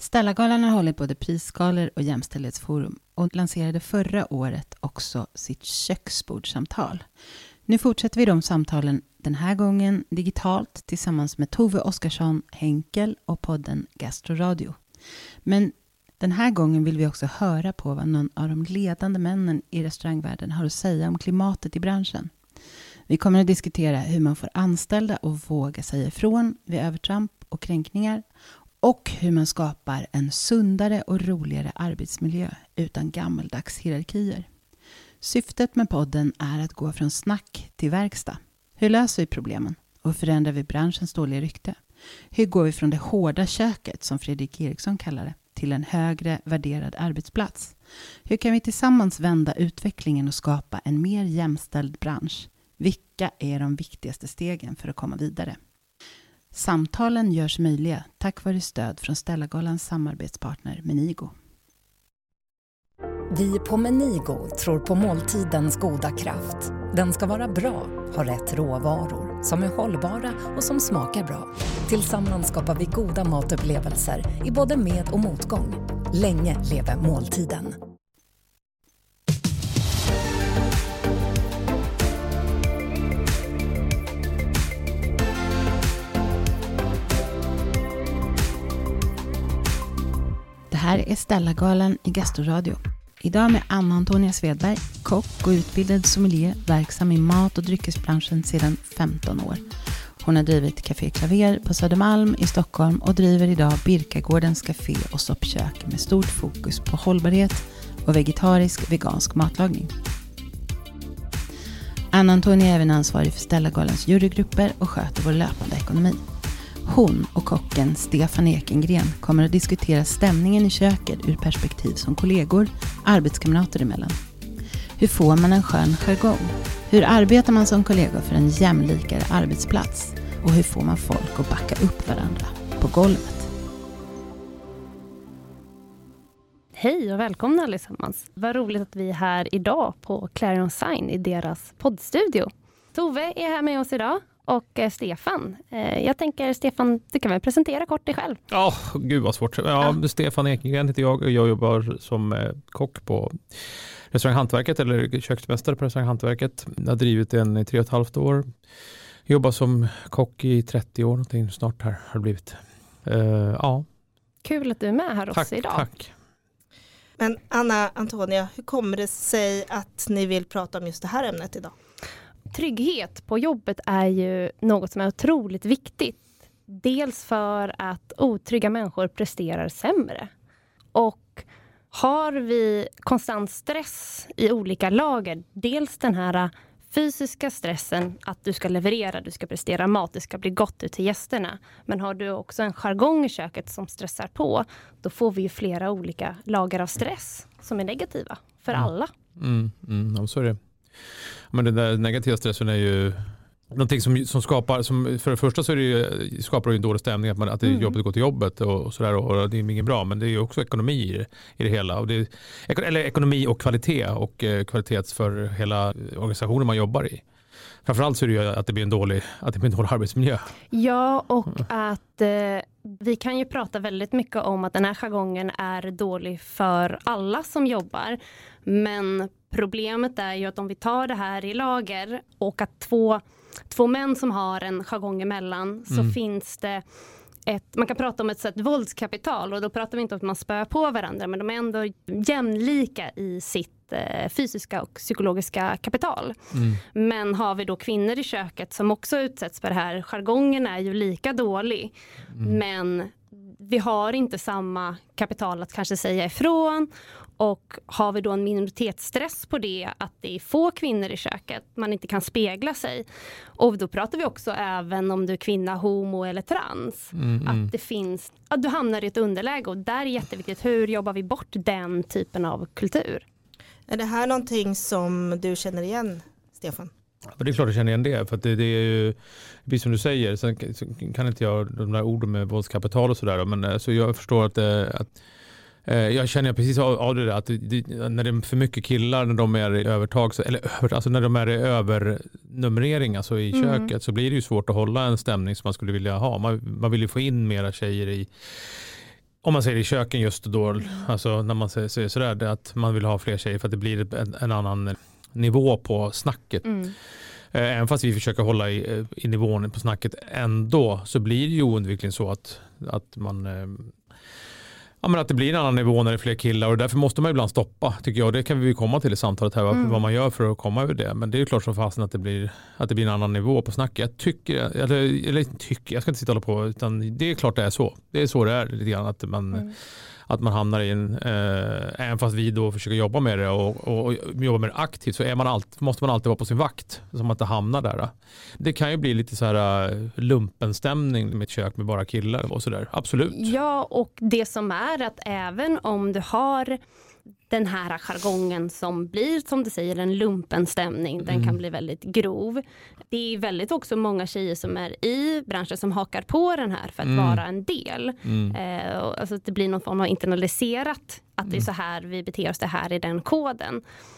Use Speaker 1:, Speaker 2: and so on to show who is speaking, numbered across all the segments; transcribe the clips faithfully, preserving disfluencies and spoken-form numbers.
Speaker 1: Stellagalan har hållit både prisskalor och jämställdhetsforum och lanserade förra året också sitt köksbordssamtal. Nu fortsätter vi de samtalen den här gången digitalt tillsammans med Tove Oskarsson, Henkel och podden Gastroradio. Men den här gången vill vi också höra på vad någon av de ledande männen i restaurangvärlden har att säga om klimatet i branschen. Vi kommer att diskutera hur man får anställda och våga säga ifrån vid övertramp och kränkningar och hur man skapar en sundare och roligare arbetsmiljö utan gammaldags hierarkier. Syftet med podden är att gå från snack till verkstad. Hur löser vi problemen och förändrar vi branschens dåliga rykte? Hur går vi från det hårda köket, som Fredrik Eriksson kallar det, till en högre värderad arbetsplats? Hur kan vi tillsammans vända utvecklingen och skapa en mer jämställd bransch? Vilka är de viktigaste stegen för att komma vidare? Samtalen görs möjliga tack vare stöd från Stellagalans samarbetspartner Menigo.
Speaker 2: Vi på Menigo tror på måltidens goda kraft. Den ska vara bra, ha rätt råvaror, som är hållbara och som smakar bra. Tillsammans skapar vi goda matupplevelser i både med- och motgång. Länge lever måltiden.
Speaker 1: Det här är Stellagalan i Gastroradio. Idag med Anna-Antonia Svedberg, kock och utbildad sommelier, verksam i mat- och dryckesbranschen sedan femton år. Hon har drivit Café Klaver på Södermalm i Stockholm och driver idag Birkagårdens café och soppkök med stort fokus på hållbarhet och vegetarisk vegansk matlagning. Anna-Antonia är även ansvarig för Stellagalans jurygrupper och sköter vår löpande ekonomi. Hon och kocken Stefan Ekengren kommer att diskutera stämningen i köket ur perspektiv som kollegor, arbetskamrater emellan. Hur får man en skön jargong? Hur arbetar man som kollegor för en jämlikare arbetsplats? Och hur får man folk att backa upp varandra på golvet?
Speaker 3: Hej och välkomna allesammans. Vad roligt att vi är här idag på Clarion Sign i deras poddstudio. Tove är här med oss idag. Och eh, Stefan, eh, jag tänker Stefan, du kan väl presentera kort dig själv?
Speaker 4: Ja, oh, gud vad svårt. Ja, ja. Stefan Ekengren heter jag och jag jobbar som eh, kock på restauranghantverket eller köksmästare på restauranghantverket. Jag har drivit den i tre och ett halvt år. Jobbar som kock i trettio år, någonting snart här har det blivit. Uh, ja.
Speaker 3: Kul att du är med här också idag.
Speaker 4: Tack.
Speaker 5: Men Anna-Antonia, hur kommer det sig att ni vill prata om just det här ämnet idag?
Speaker 3: Trygghet på jobbet är ju något som är otroligt viktigt. Dels för att otrygga människor presterar sämre. Och har vi konstant stress i olika lager, dels den här fysiska stressen att du ska leverera, du ska prestera mat, det ska bli gott ut till gästerna. Men har du också en jargong i köket som stressar på, då får vi ju flera olika lager av stress som är negativa för
Speaker 4: mm.
Speaker 3: alla.
Speaker 4: Mm, mm, ja, så är det. Men den där negativa stressen är ju någonting som, som skapar, som för det första så är det ju, skapar det ju en dålig stämning att, man, att det är
Speaker 3: Mm.
Speaker 4: jobbigt att gå till jobbet och, och sådär, och det är inget bra, men det är ju också ekonomi i det, i det hela. Och det är, eller ekonomi och kvalitet och eh, kvalitets för hela organisationen man jobbar i. Framförallt så är det ju att det blir en dålig, att det blir en dålig arbetsmiljö.
Speaker 3: Ja, och att eh, vi kan ju prata väldigt mycket om att den här jargongen är dålig för alla som jobbar. Men problemet är ju att om vi tar det här i lager och att två, två män som har en jargong emellan så
Speaker 4: Mm.
Speaker 3: finns det ett, man kan prata om ett sätt våldskapital, och då pratar vi inte om att man spör på varandra, men de är ändå jämlika i sitt eh, fysiska och psykologiska kapital.
Speaker 4: Mm.
Speaker 3: Men har vi då kvinnor i köket som också utsätts för det här, jargongen är ju lika dålig,
Speaker 4: Mm.
Speaker 3: men vi har inte samma kapital att kanske säga ifrån. Och har vi då en minoritetsstress på det, att det är få kvinnor i köket, man inte kan spegla sig. Och då pratar vi också även om du är kvinna, homo eller trans.
Speaker 4: Mm, mm.
Speaker 3: Att det finns, att du hamnar i ett underläge, och där är jätteviktigt, hur jobbar vi bort den typen av kultur?
Speaker 5: Är det här någonting som du känner igen, Stefan?
Speaker 4: Ja, det är klart jag känner igen det, för att det, det är ju, precis som du säger, sen kan inte jag de där orden med våldskapital och sådär, men så jag förstår att, att jag känner precis av, av det där, att det, när det är för mycket killar, när de är i övertag, så, eller alltså när de är i övernumrering, alltså i
Speaker 3: Mm.
Speaker 4: köket, så blir det ju svårt att hålla en stämning som man skulle vilja ha. Man, man vill ju få in mera tjejer i, om man säger i köken just då, mm. alltså när man säger, säger sådär, det att man vill ha fler tjejer för att det blir en, en annan nivå på snacket. Mm. Även fast vi försöker hålla i, i nivån på snacket ändå, så blir det ju oundvikligen så att, att man ja, men att det blir en annan nivå när det är fler killar, och därför måste man ibland stoppa, tycker jag. Det kan vi komma till i samtalet här, mm. vad man gör för att komma över det. Men det är ju klart som fast att det blir att det blir en annan nivå på snacket. Jag tycker, eller, eller tycker, jag ska inte sitta och hålla på, utan det är klart det är så. Det är så det är lite grann, att man mm. att man hamnar i en, eh, även fast vi då försöker jobba med det och, och, och jobba med det aktivt, så är man allt, måste man alltid vara på sin vakt så att man inte hamnar där. Det kan ju bli lite så här lumpenstämning med ett kök med bara killar och sådär, absolut.
Speaker 3: Ja, och det som är att även om du har den här jargongen som blir, som du säger, en lumpenstämning, den mm. kan bli väldigt grov. Det är väldigt också många tjejer som är i branschen som hakar på den här för att mm. vara en del. Mm. Eh, alltså att det blir någon form av internaliserat, att det är så här vi beter oss, det här i den koden.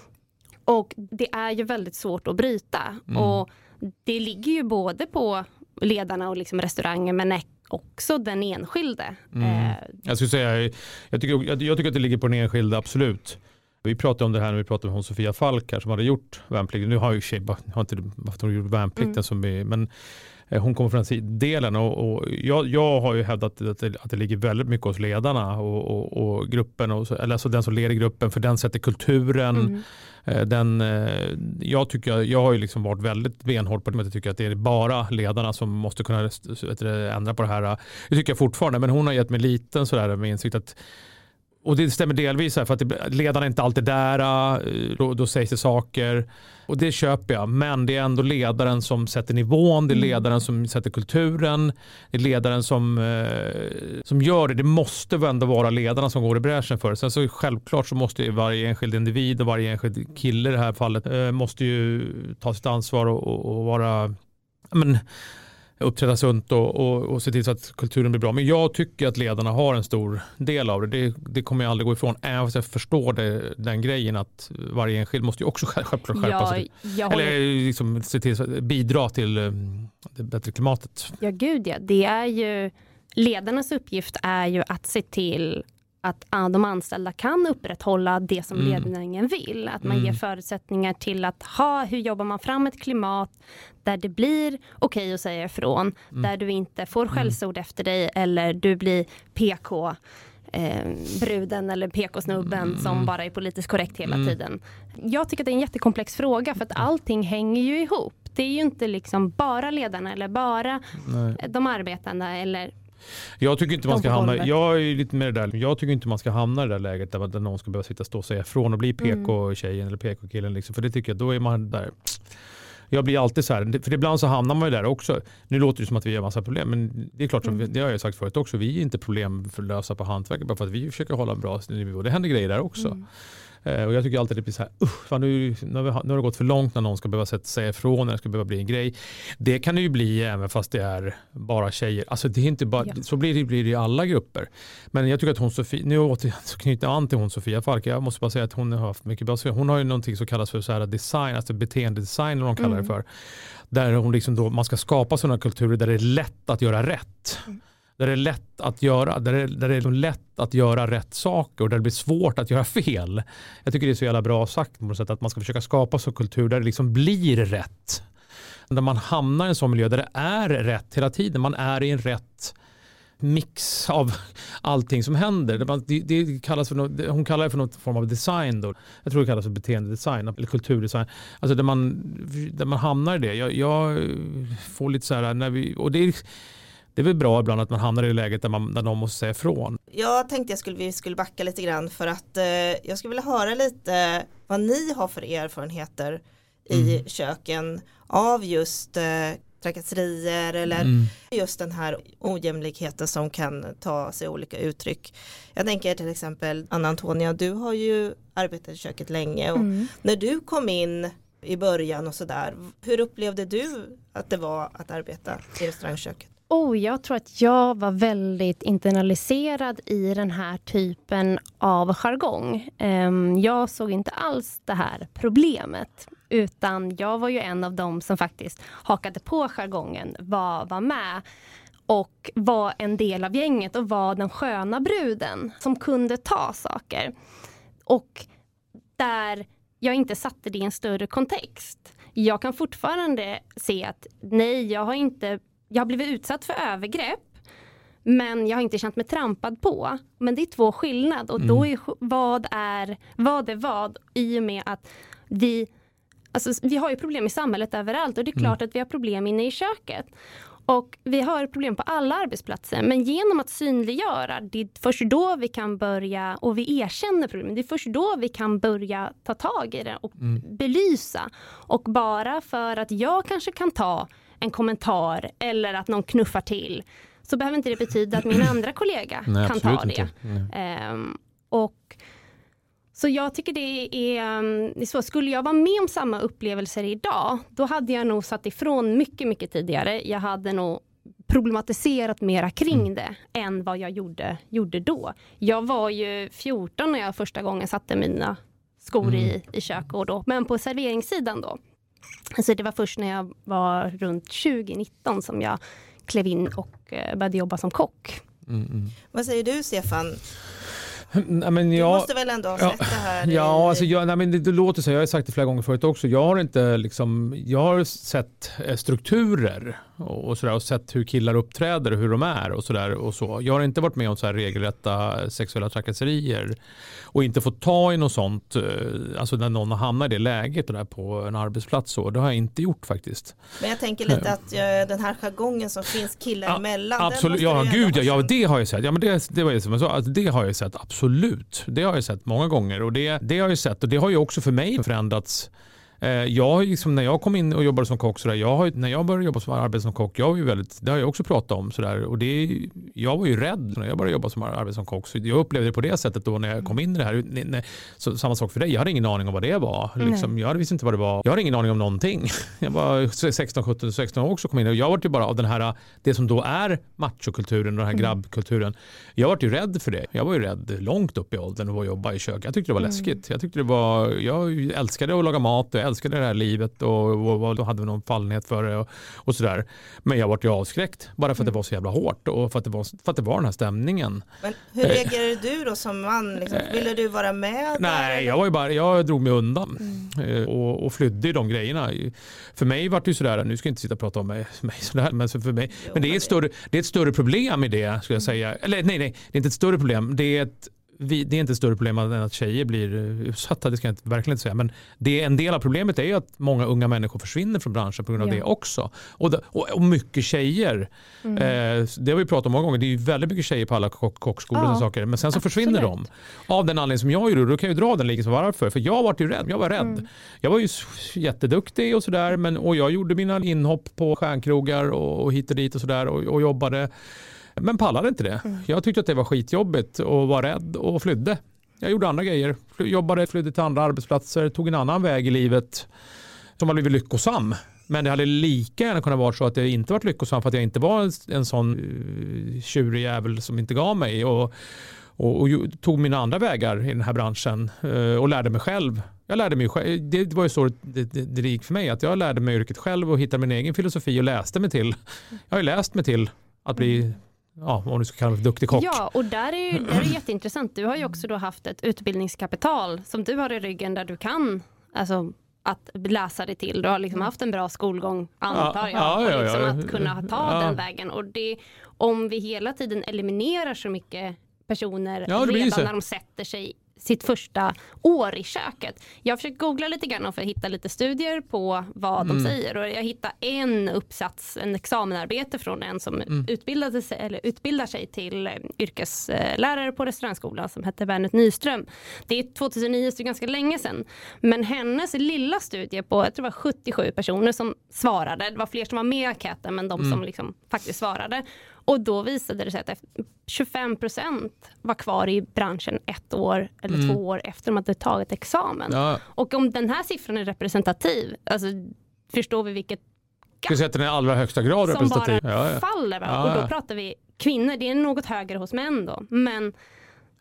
Speaker 3: Och det är ju väldigt svårt att bryta. Mm. Och det ligger ju både på ledarna och liksom restaurangen, men också den enskilde.
Speaker 4: Mm. Jag skulle säga, jag tycker, jag, jag tycker att det ligger på den enskilde, absolut. Vi pratade om det här när vi pratade om hon Sofia Falk här, som hade gjort värnplikten. Nu har ju tjej, har inte varför hon gjort värnplikten mm. som vi, men hon kommer från den delen, och, och jag, jag har ju hävdat att det, att det ligger väldigt mycket hos ledarna och, och, och gruppen, och, eller alltså den som leder gruppen, för den sätter kulturen. Mm. Den, jag, tycker, jag har ju liksom varit väldigt benhård på det, men jag tycker att det är bara ledarna som måste kunna ändra på det här. Det tycker jag fortfarande, men hon har gett mig liten sådär med insikt att, och det stämmer delvis här, för att ledarna är inte alltid där, då, då sägs det saker, och det köper jag, men det är ändå ledaren som sätter nivån, det är ledaren som sätter kulturen, det är ledaren som, eh, som gör det. Det måste ändå vara ledarna som går i bräschen för. Sen så självklart så måste ju varje enskild individ och varje enskild kille i det här fallet eh, måste ju ta sitt ansvar och, och, och vara, men, uppträda sunt och, och, och se till så att kulturen blir bra. Men jag tycker att ledarna har en stor del av det. Det, det kommer jag aldrig gå ifrån. Även fast jag förstår det, den grejen att varje enskild måste ju också självklart skärpa
Speaker 3: ja,
Speaker 4: sig. Eller liksom se till att bidra till det bättre klimatet.
Speaker 3: Ja, gud ja. Det är ju, ledarnas uppgift är ju att se till att de anställda kan upprätthålla det som mm. ledningen vill. Att man mm. ger förutsättningar till att ha, hur jobbar man fram ett klimat där det blir okej att säga ifrån. Mm. Där du inte får skällsord mm. efter dig, eller du blir P K eh, bruden eller P K-snubben mm. som bara är politiskt korrekt hela mm. tiden. Jag tycker att det är en jättekomplex fråga, för att allting hänger ju ihop. Det är ju inte liksom bara ledarna eller bara Nej. de arbetande eller
Speaker 4: Jag tycker inte man ska hamna, jag är lite med det där. Jag tycker inte man ska hamna i det där läget där någon ska behöva sitta och stå och säga från och bli P K-tjejen mm. eller P K-killen liksom. För det tycker jag, då är man där. Jag blir alltid så här, för ibland så hamnar man ju där också. Nu låter det som att vi har massa problem, men det är klart, som mm. det har jag sagt förut också, vi är inte problem för att lösa på hantverket, bara för att vi försöker hålla en bra nivå. Det händer grejer där också. Mm. Och jag tycker alltid det blir så här, fan, nu, nu, har nu har det gått för långt när någon ska behöva säga ifrån, när det ska behöva bli en grej. Det kan det ju bli även fast det är bara tjejer. Alltså det är inte bara, ja. Så blir det, blir det i alla grupper. Men jag tycker att hon Sofia, nu åter, så knyter jag an till hon Sofia Falk. Jag måste bara säga att hon har haft mycket bra. Hon har ju någonting som kallas för så här design, alltså beteendedesign, eller de kallar mm. det för. Där hon liksom då, man ska skapa sådana kulturer där det är lätt att göra rätt. Mm. Där det är lätt att göra, där det, där det är lätt att göra rätt saker och där det blir svårt att göra fel. Jag tycker det är så jävla bra sagt på något sätt, att man ska försöka skapa så kultur där det liksom blir rätt. Där man hamnar i en sån miljö där det är rätt hela tiden. Man är i en rätt mix av allting som händer. Det, det kallas för något, hon kallar det för någon form av design då. Jag tror det kallas för beteendedesign eller kulturdesign. Alltså där man, där man hamnar i det. Jag, jag får lite så här när vi, och det är Det är väl bra ibland att man hamnar i läget där, man, där någon måste säga ifrån.
Speaker 5: Jag tänkte jag skulle, vi skulle backa lite grann för att eh, jag skulle vilja höra lite vad ni har för erfarenheter i mm. köken av just eh, trakasserier eller mm. just den här ojämlikheten som kan ta sig olika uttryck. Jag tänker till exempel, Anna Antonia, du har ju arbetat i köket länge och mm. när du kom in i början och sådär, hur upplevde du att det var att arbeta i restaurangköket?
Speaker 3: Oh, jag tror att jag var väldigt internaliserad i den här typen av jargong. Jag såg inte alls det här problemet, utan jag var ju en av dem som faktiskt hakade på jargongen, var, var med. och var en del av gänget och var den sköna bruden som kunde ta saker. Och där jag inte satte det i en större kontext. Jag kan fortfarande se att nej, jag har inte jag har blivit utsatt för övergrepp, men jag har inte känt mig trampad på. Men det är två skillnad och mm. då är vad är vad är vad i och med att vi alltså vi har ju problem i samhället överallt och det är klart mm. att vi har problem inne i köket. Och vi har problem på alla arbetsplatser, men genom att synliggöra, det är först då vi kan börja, och vi erkänner problemet, det är först då vi kan börja ta tag i det och mm. belysa. Och bara för att jag kanske kan ta en kommentar eller att någon knuffar till, så behöver inte det betyda att min andra kollega Nej, kan ta det. Um, och så jag tycker det är, det är så. Skulle jag vara med om samma upplevelser idag, då hade jag nog satt ifrån mycket, mycket tidigare. Jag hade nog problematiserat mera kring mm. det än vad jag gjorde, gjorde då. Jag var ju fjorton när jag första gången satte mina skor mm. i, i kök och då. Men på serveringssidan då. Så det var först när jag var runt tjugo nitton som jag klev in och började jobba som kock.
Speaker 4: Mm, mm.
Speaker 5: Vad säger du, Stefan?
Speaker 4: Nej, men jag,
Speaker 5: du måste väl ändå ha sett
Speaker 4: ja,
Speaker 5: det här?
Speaker 4: Ja,
Speaker 5: i...
Speaker 4: alltså jag, nej, men det, det låter så. Jag har sagt det flera gånger förut också. Jag har inte liksom, jag har sett strukturer och, och, sådär, och sett hur killar uppträder och hur de är och sådär och så. Jag har inte varit med om så här regelrätta sexuella trakasserier och inte fått ta i något sånt, alltså när någon har hamnat i det läget och där på en arbetsplats så. Det har jag inte gjort faktiskt.
Speaker 5: Men jag tänker lite att uh, den här jargongen som finns killar ja, emellan.
Speaker 4: Absolut, ja gud, ja, ja det har jag sett. Ja men det, det var ju som jag sa, alltså, det har jag sett absolut. Det har jag sett många gånger och det, det har jag sett och det har ju också för mig förändrats. Jag liksom, när jag kom in och jobbade som kock så där, jag har, när jag började jobba som arbete som kock, jag var ju väldigt, det har jag också pratat om så där, och det, jag var ju rädd när jag började jobba som arbete som kock, så jag upplevde det på det sättet då när jag kom in i det här. Så, samma sak för dig, jag hade ingen aning om vad det var liksom, jag visste inte vad det var, jag hade ingen aning om någonting. Jag var sexton, sjutton, sexton år också kom in och jag var ju bara av den här, det som då är machokulturen och den här mm. grabbkulturen. Jag var ju rädd för det. Jag var ju rädd långt upp i åldern och jobba i kök. Jag tyckte det var mm. läskigt. Jag tyckte det var, jag älskade att laga mat och älskade det här livet och, och, och då hade vi någon fallenhet för det och, och sådär. Men jag var ju avskräckt bara för att det var så jävla hårt och för att det var, för att det var den här stämningen.
Speaker 5: Men hur reagerade du då som man? Liksom, ville du vara med?
Speaker 4: Nej, jag var ju bara, jag drog mig undan mm. och, och flydde i de grejerna. För mig var det ju sådär, nu ska jag inte sitta och prata om mig, mig sådär, men för mig, jo, men det är ett större, det är ett större problem i det, skulle jag säga. Eller nej, nej, det är inte ett större problem. Det är ett Vi, det är inte ett större problem än att tjejer blir utsatta, det ska jag inte, verkligen inte säga. Men det är en del av problemet är ju att många unga människor försvinner från branschen på grund av ja. det också. Och, det, och, och mycket tjejer. Mm. Eh, det har vi pratat om många gånger. Det är ju väldigt mycket tjejer på alla kock, kockskolor ja. och saker. Men sen så Absolut. försvinner de. Av den anledning som jag gjorde, då kan jag ju dra den liksom varför. För jag var ju rädd. Jag var rädd. Mm. Jag var ju jätteduktig och sådär. Men, och jag gjorde mina inhopp på stjärnkrogar och, och hit och dit och sådär. Och, och jobbade. Men pallade inte det. Mm. Jag tyckte att det var skitjobbigt och var rädd och flydde. Jag gjorde andra grejer. Jobbade, flydde till andra arbetsplatser, tog en annan väg i livet som har blivit lyckosam. Men det hade lika gärna kunnat vara så att det inte varit lyckosam för att jag inte var en, en sån uh, tjurig jävel som inte gav mig och, och, och tog mina andra vägar i den här branschen uh, och lärde mig själv. Jag lärde mig själv. Det var ju så det, det, det gick för mig, att jag lärde mig yrket själv och hittade min egen filosofi och läste mig till. Jag har ju läst mig till att bli ja, om du ska kalla det duktig kock.
Speaker 3: Ja, och där är ju där är jätteintressant. Du har ju också då haft ett utbildningskapital som du har i ryggen där du kan alltså att läsa dig till. Du har liksom haft en bra skolgång, antar jag. Ja, ja, ja, liksom ja. Att kunna ta ja. den vägen. Och det, om vi hela tiden eliminerar så mycket personer ja, redan när de sätter sig sitt första år i köket. Jag har försökt googla lite grann för att hitta lite studier på vad mm. de säger. Och jag hittade en uppsats, en examenarbete från en som mm. utbildade sig, eller utbildar sig till yrkeslärare på restaurangskolan som heter Bernet Nyström. Det är tjugohundranio, så ganska länge sedan. Men hennes lilla studie på, jag tror det var sjuttiosju personer som svarade. Det var fler som var med i enkäten, men de mm. som liksom faktiskt svarade. Och då visade det sig att tjugofem procent var kvar i branschen ett år eller mm. två år efter de hade tagit examen. Ja. Och om den här siffran är representativ, alltså förstår vi vilket
Speaker 4: gap att den är allra högsta grad representativ.
Speaker 3: Som bara ja, ja. faller. Va? Ja, ja. Och då pratar vi kvinnor, det är något högre hos män då. Men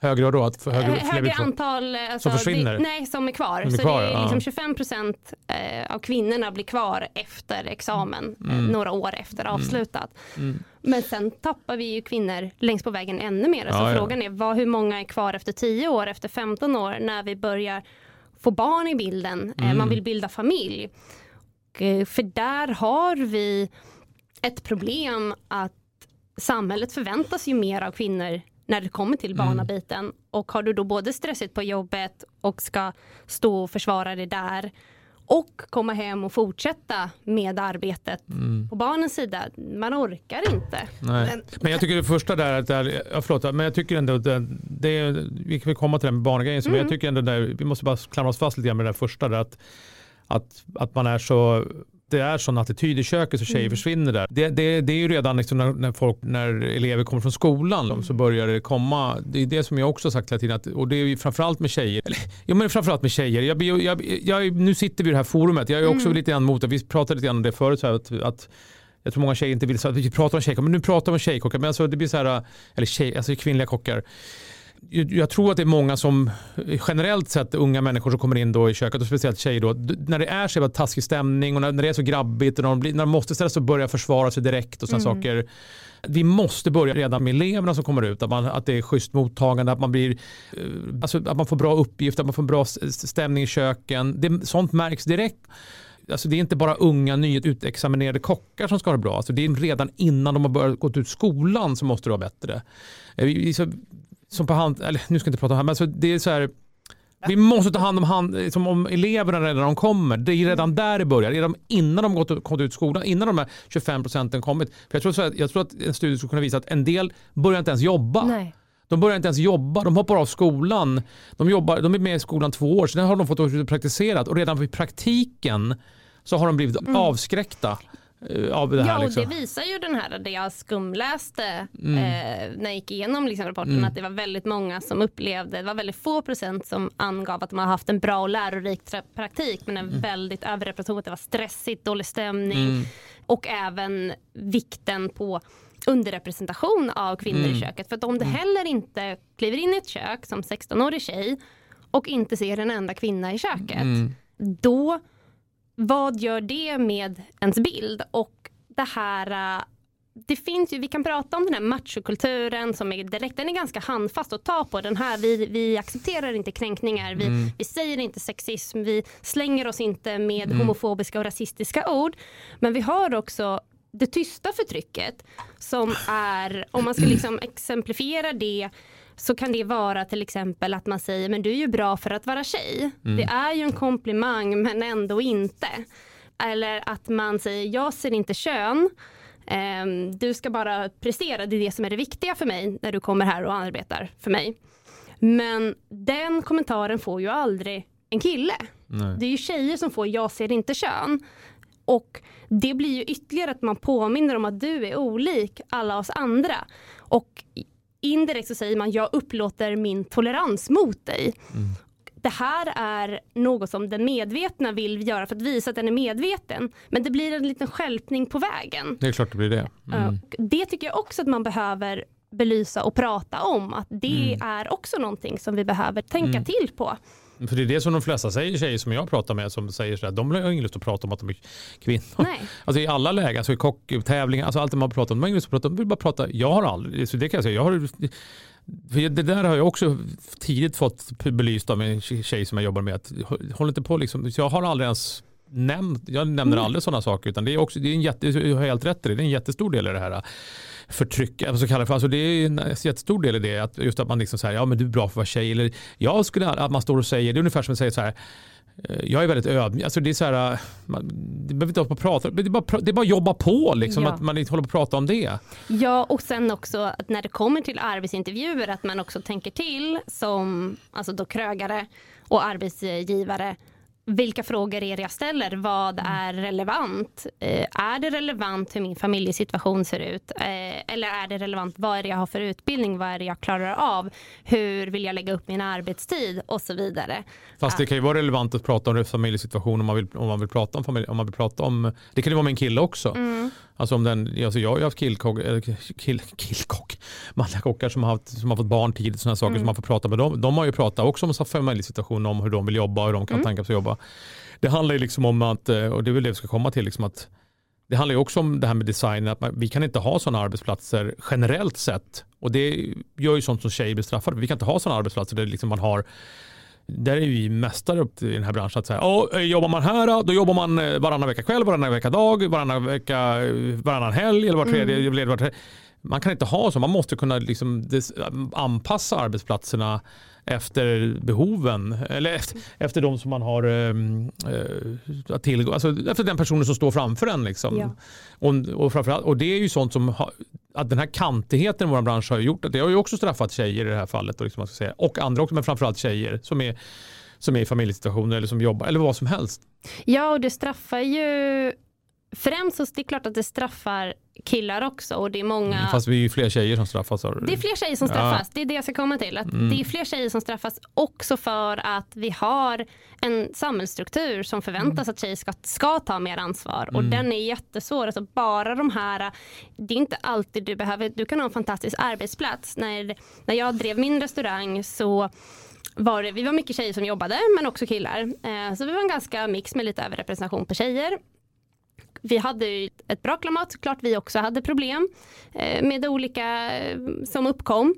Speaker 4: Högre då? Att för högre,
Speaker 3: högre, högre antal alltså,
Speaker 4: som försvinner?
Speaker 3: Det, nej, som är kvar.
Speaker 4: Som är
Speaker 3: så
Speaker 4: kvar,
Speaker 3: det är
Speaker 4: ja.
Speaker 3: liksom tjugofem procent av kvinnorna blir kvar efter examen,
Speaker 4: mm.
Speaker 3: några år efter avslutat.
Speaker 4: Mm.
Speaker 3: Men sen tappar vi ju kvinnor längst på vägen ännu mer. Så
Speaker 4: ja,
Speaker 3: frågan
Speaker 4: ja.
Speaker 3: är vad, hur många är kvar efter tio år, efter femton år, när vi börjar få barn i bilden. Mm. Man vill bilda familj. Och, för där har vi ett problem att samhället förväntas ju mer av kvinnor när det kommer till barnabiten. Mm. Och har du då både stressigt på jobbet och ska stå och försvara det där och komma hem och fortsätta med arbetet mm. på barnens sida. Man orkar inte.
Speaker 4: Nej. Men, men jag tycker det första där, att det är, ja, förlåt, men jag tycker ändå att det, det, vi kan komma till den med barngrejen, mm. men jag tycker ändå där, vi måste bara klamra oss fast lite grann med det där första där, att, att, att man är så, det är sån attityd i köket så tjejer mm. försvinner där. Det, det, det är ju redan liksom när, när, folk, när elever kommer från skolan mm. så börjar det komma, det är det som jag också sagt hela tiden, att, och det är ju framförallt med tjejer. Eller, jo men framförallt med tjejer. Jag, jag, jag, jag, nu sitter vi i det här forumet, jag är också mm. lite grann mot det. Vi pratade lite grann om det förut, så här, att, att jag tror många tjejer inte vill, så att vi pratar om tjejkockar, men nu pratar vi om tjejkockar, men alltså det blir så här, eller tjej, alltså kvinnliga kockar. Jag tror att det är många som generellt sett unga människor som kommer in då i köket och speciellt tjejer då, när det är så jävla taskig stämning och när, när det är så grabbigt och när de, blir, när de måste ställa sig och börja försvara sig direkt och sådana mm. saker. Vi måste börja redan med eleverna som kommer ut, att, man, att det är schysst mottagande, att man blir alltså, att man får bra uppgifter, att man får bra stämning i köken. Det, sånt märks direkt. Alltså det är inte bara unga nyutexaminerade kockar som ska ha det bra. Alltså det är redan innan de har börjat gått ut skolan så måste det vara bättre. Vi, så, som på hand, eller nu ska jag inte prata om det här, men alltså det är så här, vi måste ta hand om, hand, som om eleverna redan när de kommer. Det är redan där det börjar. Redan innan de gått, gått ut skolan, innan de här tjugofem procenten kommit. För jag tror, så här, jag tror att en studie skulle kunna visa att en del börjar inte ens jobba. Nej. De börjar inte ens jobba, de hoppar av skolan. De, jobbar, de är med i skolan två år, sen har de fått praktiserat. Och redan vid praktiken så har de blivit mm. avskräckta. Av det här,
Speaker 3: ja, och
Speaker 4: liksom.
Speaker 3: Det visar ju den här, det jag skumläste mm. eh, när jag gick igenom liksom, rapporten, mm. att det var väldigt många som upplevde, det var väldigt få procent som angav att de har haft en bra och lärorik praktik, men en mm. väldigt överrepresentation, att det var stressigt, dålig stämning mm. och även vikten på underrepresentation av kvinnor mm. i köket. För att om du heller inte kliver in i ett kök som sexton-årig tjej och inte ser en enda kvinna i köket, mm. då vad gör det med ens bild? Och det här, det finns ju, vi kan prata om den här machokulturen som är direkt, den är ganska handfast att ta på. Den här, vi, vi accepterar inte kränkningar, vi, mm. vi säger inte sexism, vi slänger oss inte med mm. homofobiska och rasistiska ord. Men vi har också det tysta förtrycket som är, om man ska liksom exemplifiera det, så kan det vara till exempel att man säger, men du är ju bra för att vara tjej. Mm. Det är ju en komplimang men ändå inte. Eller att man säger, jag ser inte kön. Um, du ska bara prestera, det är det som är det viktiga för mig när du kommer här och arbetar för mig. Men den kommentaren får ju aldrig en kille. Nej. Det är ju tjejer som får, jag ser inte kön. Och det blir ju ytterligare att man påminner om att du är olik alla oss andra. Och indirekt så säger man, jag upplåter min tolerans mot dig. Mm. Det här är något som den medvetna vill göra för att visa att den är medveten. Men det blir en liten skälpning på vägen.
Speaker 4: Det är klart det blir det. Mm.
Speaker 3: Det tycker jag också att man behöver belysa och prata om. Att det mm. är också någonting som vi behöver tänka mm. till på.
Speaker 4: För det är det som de flesta säger, tjejer som jag pratar med, som säger så här, de har ingen lust att prata om att de är kvinnor. Nej. Alltså i alla lägen, alltså i kocktävlingar, alltså allt det man pratar om, de har ingen lust att prata om, de vill bara prata, jag har aldrig, så det kan jag säga, jag har, för det där har jag också tidigt fått belyst av en tjej som jag jobbar med, att håll inte på liksom, så jag har aldrig ens nämnt, jag nämner mm. aldrig sådana saker, utan det är också, det är en jätte, jag har helt rätt i det, det är en jättestor del i det här förtryck, så kallar det för, alltså det är en jättestor del i det, att just att man liksom säger, ja men du är bra för att vara tjej, eller jag skulle, att man står och säger, det är ungefär som att säga så här, jag är väldigt ödmjuk, alltså det är så här, man, det behöver inte hålla på prata, det är bara, det är bara att jobba på liksom, ja. Att man inte håller på att prata om det.
Speaker 3: Ja, och sen också att när det kommer till arbetsintervjuer, att man också tänker till som, alltså då krögare och arbetsgivare, vilka frågor är det jag ställer? Vad är relevant? Eh, är det relevant hur min familjesituation ser ut? Eh, eller är det relevant vad är det jag har för utbildning? Vad är det jag klarar av? Hur vill jag lägga upp min arbetstid? Och så vidare.
Speaker 4: Fast det kan ju vara relevant att prata om familjesituation om man vill, om man vill prata om familj, om man vill prata om, det kan ju vara med en kille också. Mm. Alltså om den, alltså jag har ju haft killkock, kill, killkock, manliga kockar som har, haft, som har fått barn tidigt, sådana saker mm. som man får prata med dem. De har ju pratat också om en familjesituation, om hur de vill jobba och hur de kan mm. tänka sig att jobba. Det handlar ju liksom om att, och det är väl det vi ska komma till, liksom att det handlar ju också om det här med design, att man, vi kan inte ha sådana arbetsplatser generellt sett. Och det gör ju sånt som tjejer blir straffade. Vi kan inte ha sådana arbetsplatser där liksom man har, där är vi mästare upp i den här branschen att säga, oh, jobbar man här då jobbar man varannan vecka kväll, varannan vecka dag, varannan vecka, varannan helg eller var tredje, mm. var tredje. Man kan inte ha så, man måste kunna liksom anpassa arbetsplatserna efter behoven eller efter, efter de som man har äh, tillgång, alltså efter den personen som står framför en liksom. Ja. Och, och, framförallt, och det är ju sånt som har, att den här kantigheten i vår bransch har gjort att det har ju också straffat tjejer i det här fallet och, liksom, man ska säga, och andra också, men framförallt tjejer som är, som är i familjesituationer eller som jobbar eller vad som helst. Ja,
Speaker 3: och det straffar ju främst, så det är klart att det straffar killar också, och det är många...
Speaker 4: Fast vi är ju fler tjejer som straffas.
Speaker 3: Det är fler tjejer som straffas, ja. Det är det jag ska komma till. Att mm. Det är fler tjejer som straffas också för att vi har en samhällsstruktur som förväntas mm. att tjejer ska, ska ta mer ansvar. Mm. Och den är jättesvår. Alltså bara de här, det är inte alltid du behöver, du kan ha en fantastisk arbetsplats. När, när jag drev min restaurang så var det, vi var mycket tjejer som jobbade, men också killar. Eh, så vi var en ganska mix med lite överrepresentation på tjejer. Vi hade ju ett bra klimat, såklart vi också hade problem med det olika som uppkom.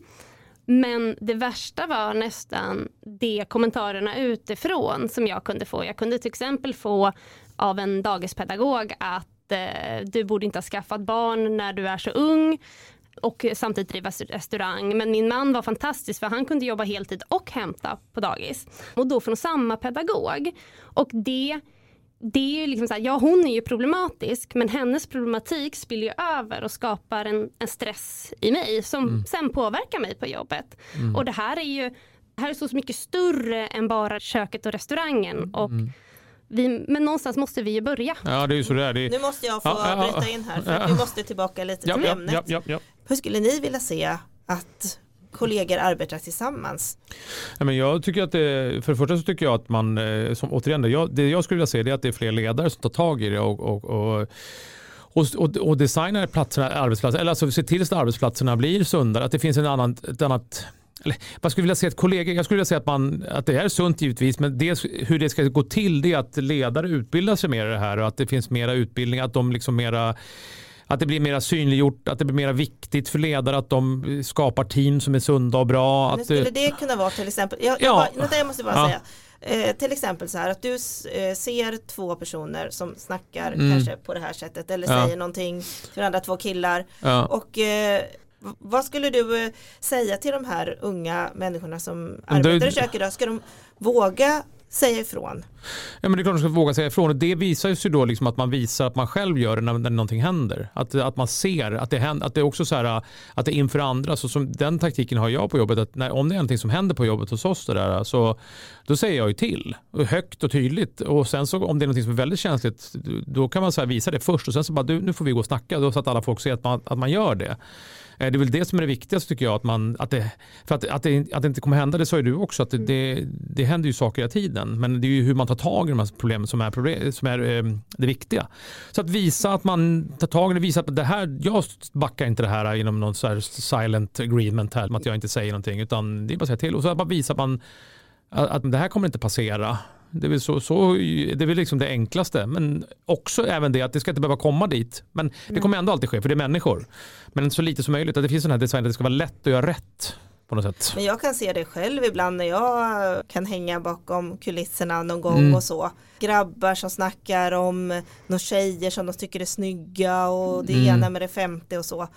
Speaker 3: Men det värsta var nästan de kommentarerna utifrån som jag kunde få. Jag kunde till exempel få av en dagispedagog att eh, du borde inte ha skaffat barn när du är så ung och samtidigt driva restaurang. Men min man var fantastisk för han kunde jobba heltid och hämta på dagis. Och då från samma pedagog. Och det... Det är ju liksom så här, ja hon är ju problematisk, men hennes problematik spiller ju över och skapar en, en stress i mig som mm. sen påverkar mig på jobbet. Mm. Och det här är ju det här är så mycket större än bara köket och restaurangen. Och
Speaker 4: mm.
Speaker 3: vi, men någonstans måste vi ju börja.
Speaker 4: Ja, det är ju så där. Det är...
Speaker 5: Nu måste jag få
Speaker 4: ja, ja,
Speaker 5: bryta in här, för ja. Vi måste tillbaka lite
Speaker 4: ja,
Speaker 5: till
Speaker 4: ja,
Speaker 5: ämnet.
Speaker 4: Ja, ja, ja.
Speaker 5: Hur skulle ni vilja se att kollegor arbetar tillsammans?
Speaker 4: Ja, men jag tycker att det, för det första så tycker jag att man, som, återigen, det jag, det jag skulle vilja se är att det är fler ledare som tar tag i det och, och, och Och, och, och designar platserna, arbetsplatser, eller alltså se till att arbetsplatserna blir sundare, att det finns en annan, ett annat, eller vad skulle vilja se ett kollega, jag skulle vilja säga att man, att det är sunt givetvis, men det, hur det ska gå till det är att ledare utbildar sig mer i det här och att det finns mera utbildning, att de liksom mera, att det blir mera synliggjort, att det blir mera viktigt för ledare att de skapar team som är sunda och bra.
Speaker 5: Men
Speaker 4: att
Speaker 5: skulle det kunna vara till exempel, jag,
Speaker 4: ja.
Speaker 5: jag, bara, jag måste bara
Speaker 4: ja.
Speaker 5: säga, Eh, till exempel så här att du eh, ser två personer som snackar
Speaker 4: mm.
Speaker 5: kanske på det här sättet eller
Speaker 4: ja.
Speaker 5: säger någonting till andra två killar
Speaker 4: ja.
Speaker 5: och eh, vad skulle du eh, säga till de här unga människorna som arbetar du... i köket då? Ska de våga säga ifrån?
Speaker 4: Ja, men det är klart att man ska våga säga ifrån, och det visar ju då liksom att man visar att man själv gör det när, när någonting händer, att, att man ser att det händer, att det är också så här, att det är inför andra, så som den taktiken har jag på jobbet, att när, om det är någonting som händer på jobbet hos oss där, så då säger jag ju till högt och tydligt, och sen så om det är någonting som är väldigt känsligt, då kan man så här visa det först och sen så bara du, nu får vi gå och snacka, då, så att alla folk ser att man, att man gör det. Det är väl det som är det viktigaste tycker jag, att man, att det, för att, att, det, att det inte kommer hända, det sa ju du också, att det, det, det händer ju saker hela tiden, men det är ju hur man tar tag i de här problemen som är, problem, som är eh, det viktiga. Så att visa att man tar tag i det, visa att det här, jag backar inte det här genom någon så här silent agreement här, att jag inte säger någonting, utan det är bara att säga till, och så att man visar att, man, att, att det här kommer inte passera. Det är väl, så, så, det är väl liksom det enklaste, men också även det att det ska inte behöva komma dit, men det kommer ändå alltid ske för det är människor, men så lite som möjligt, att det finns sån här design att det ska vara lätt att göra rätt på något sätt.
Speaker 5: Men jag kan se det själv ibland när jag kan hänga bakom kulisserna någon gång mm. och så, grabbar som snackar om några tjejer som de tycker är snygga och det mm. ena med det femte och så.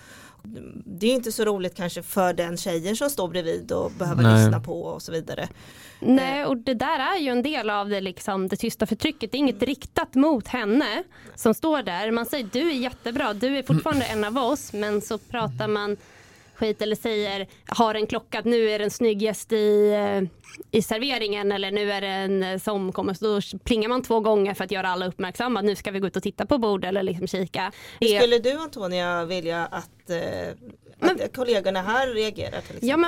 Speaker 5: Det är inte så roligt kanske för den tjejen som står bredvid och behöver Nej. lyssna på och så vidare.
Speaker 3: Nej, och det där är ju en del av det, liksom, det tysta förtrycket. Det är inget riktat mot henne som står där. Man säger, du är jättebra, du är fortfarande en av oss, men så pratar man skit eller säger, har en klocka att nu är det en snygg gäst i, i serveringen, eller nu är det en som kommer, så då plingar man två gånger för att göra alla uppmärksamma. Nu ska vi gå ut och titta på bord eller liksom kika.
Speaker 5: Skulle du, Antonia, vilja att, eh, att men, kollegorna här reagerar till exempel?
Speaker 3: Ja, men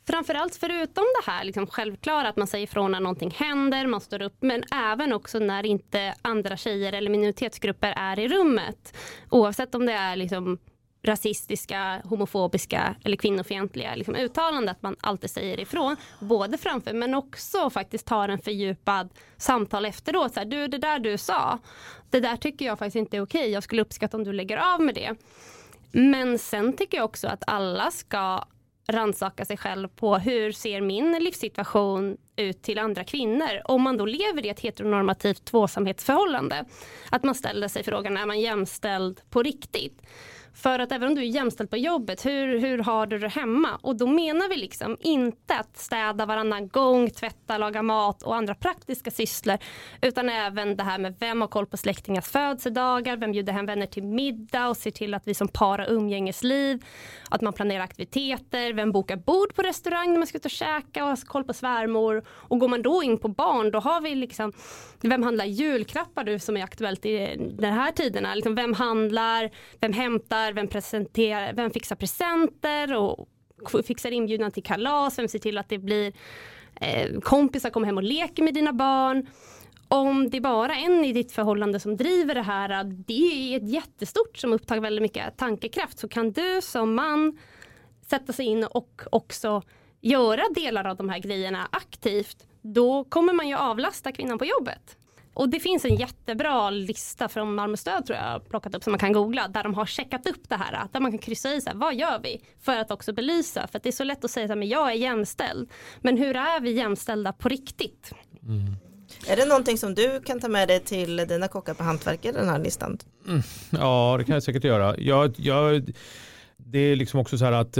Speaker 3: Framförallt förutom det här liksom självklara att man säger ifrån när någonting händer, man står upp, men även också när inte andra tjejer eller minoritetsgrupper är i rummet. Oavsett om det är liksom rasistiska, homofobiska eller kvinnofientliga liksom uttalanden, att man alltid säger ifrån, både framför men också faktiskt tar en fördjupad samtal efteråt. Så här, du, det där du sa, det där tycker jag faktiskt inte är okej. Jag skulle uppskatta om du lägger av med det. Men sen tycker jag också att alla ska rannsaka sig själv på hur ser min livssituation ut till andra kvinnor. Om man då lever i ett heteronormativt tvåsamhetsförhållande, att man ställer sig frågan, är man jämställd på riktigt? För att även om du är jämställd på jobbet, hur, hur har du det hemma? Och då menar vi liksom inte att städa varannan gång, tvätta, laga mat och andra praktiska sysslor. Utan även det här med vem har koll på släktingars födelsedagar, vem bjuder hem vänner till middag och ser till att vi som par har umgängesliv. Att man planerar aktiviteter, vem bokar bord på restaurang när man ska ut och käka och har koll på svärmor. Och går man då in på barn, då har vi liksom, vem handlar julklappar du som är aktuellt i den här tiderna? Liksom vem handlar, vem hämtar, vem presenterar, vem fixar presenter och fixar inbjudan till kalas, vem ser till att det blir eh, kompisar kommer hem och leker med dina barn. Om det är bara en i ditt förhållande som driver det här, det är ett jättestort som upptar väldigt mycket tankekraft, så kan du som man sätta sig in och också göra delar av de här grejerna aktivt, då kommer man ju avlasta kvinnan på jobbet. Och det finns en jättebra lista från Malmö Stöd, tror jag, plockat upp, som man kan googla, där de har checkat upp det här, där man kan kryssa i så här, vad gör vi för att också belysa, för att det är så lätt att säga att jag är jämställd, men hur är vi jämställda på riktigt?
Speaker 4: Mm.
Speaker 5: Är det någonting som du kan ta med dig till dina kockar på hantverk i den här listan?
Speaker 4: Mm. Ja, det kan jag säkert göra. Jag, jag, det är liksom också så här att,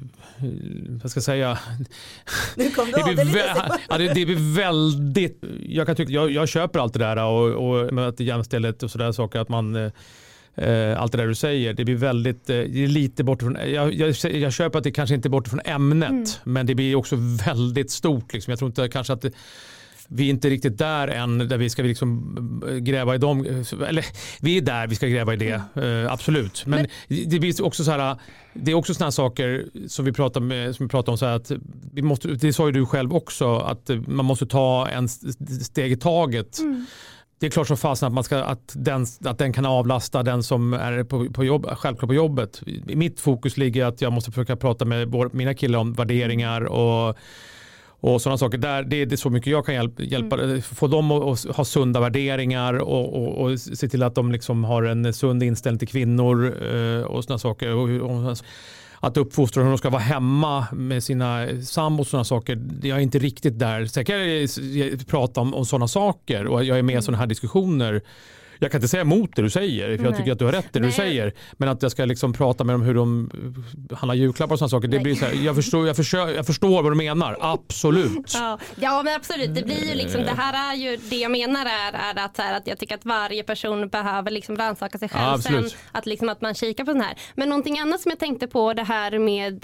Speaker 4: vad ska jag säga,
Speaker 5: nu kom
Speaker 4: det, blir vä- ja, det, det blir väldigt, jag kan tycka, jag, jag köper allt det där och, och med att jämställdhet och sådär saker, att man eh, allt det där du säger, det blir väldigt, eh, det är lite bort från, jag, jag, jag köper att det kanske inte är bort från ämnet, mm. men det blir också väldigt stort liksom. Jag tror inte kanske att det, vi är inte riktigt där än, där vi ska liksom gräva i dem. Eller vi är där, vi ska gräva i det. Uh, absolut. Men, Men det blir också så här, det är också såna här saker som vi pratar med, som vi pratar om, så här att vi måste, det sa ju du själv också, att man måste ta en steg i taget. Mm. Det är klart så fast att man ska, att den, att den kan avlasta den som är på, på jobb, självklart på jobbet. I mitt fokus ligger att jag måste försöka prata med mina killar om värderingar och Och sådana saker. Där, det, det är så mycket jag kan hjälpa, hjälpa mm. få dem att ha sunda värderingar och, och, och se till att de liksom har en sund inställning till kvinnor eh, och sådana saker. Och, och, att uppfostra hur de ska vara hemma med sina sambo och sådana saker. Jag är inte riktigt där. Sen kan jag prata om, om sådana saker och jag är med i sådana här diskussioner. Jag kan inte säga emot det du säger, för jag Nej. tycker att du har rätt det Nej. du säger. Men att jag ska liksom prata med dem hur de handlar julklappar och sådana saker. Det blir så här, jag, förstår, jag, förstår, jag förstår vad du menar, absolut.
Speaker 3: Ja, ja men absolut, det blir ju liksom, det här är ju, det jag menar är, är att, här, att jag tycker att varje person behöver liksom rannsaka sig själv. Ja, sen, att, liksom, att man kikar på den här. Men någonting annat som jag tänkte på, det här med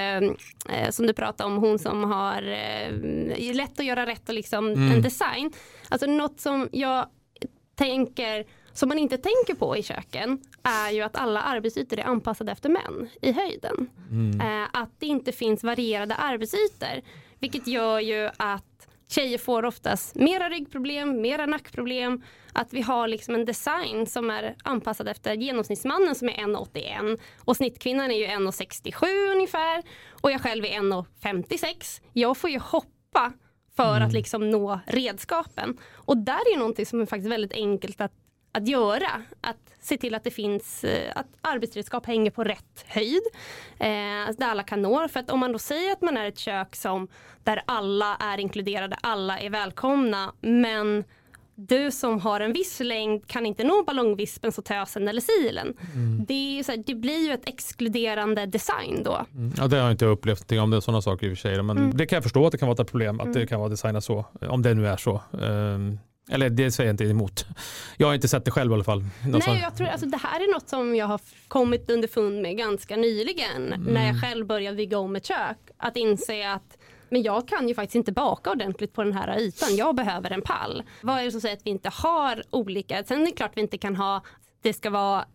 Speaker 3: eh, som du pratade om, hon som har eh, lätt att göra rätt och liksom mm. en design. Alltså något som jag tänker, som man inte tänker på i köken, är ju att alla arbetsytor är anpassade efter män i höjden. Mm. Eh, att det inte finns varierade arbetsytor, vilket gör ju att tjejer får oftast mera ryggproblem, mera nackproblem. Att vi har liksom en design som är anpassad efter genomsnittsmannen som är en komma åttioen och snittkvinnan är ju en komma sextiosju ungefär och jag själv är en komma femtiosex. Jag får ju hoppa för mm. att liksom nå redskapen. Och där är ju någonting som är faktiskt väldigt enkelt att, att göra. Att se till att det finns, att arbetsredskap hänger på rätt höjd. Eh, där alla kan nå. För att om man då säger att man är ett kök som, där alla är inkluderade, alla är välkomna. Men du som har en viss längd kan inte nå ballongvispens och tösen eller silen. Mm. Det, är ju så här, det blir ju ett exkluderande design då.
Speaker 4: Mm. Ja, det har jag inte upplevt om det är sådana saker i och för sig. Men mm. det kan jag förstå att det kan vara ett problem att mm. det kan vara designat så. Om det nu är så. Um, eller det säger jag inte emot. Jag har inte sett det själv i alla fall.
Speaker 3: Någon Nej, jag tror alltså det här är något som jag har kommit underfund med ganska nyligen. Mm. När jag själv började bygga om ett kök. Att inse att men jag kan ju faktiskt inte baka ordentligt på den här ytan. Jag behöver en pall. Vad är det som säger att vi inte har olika? Sen är det klart att vi inte kan ha, det ska vara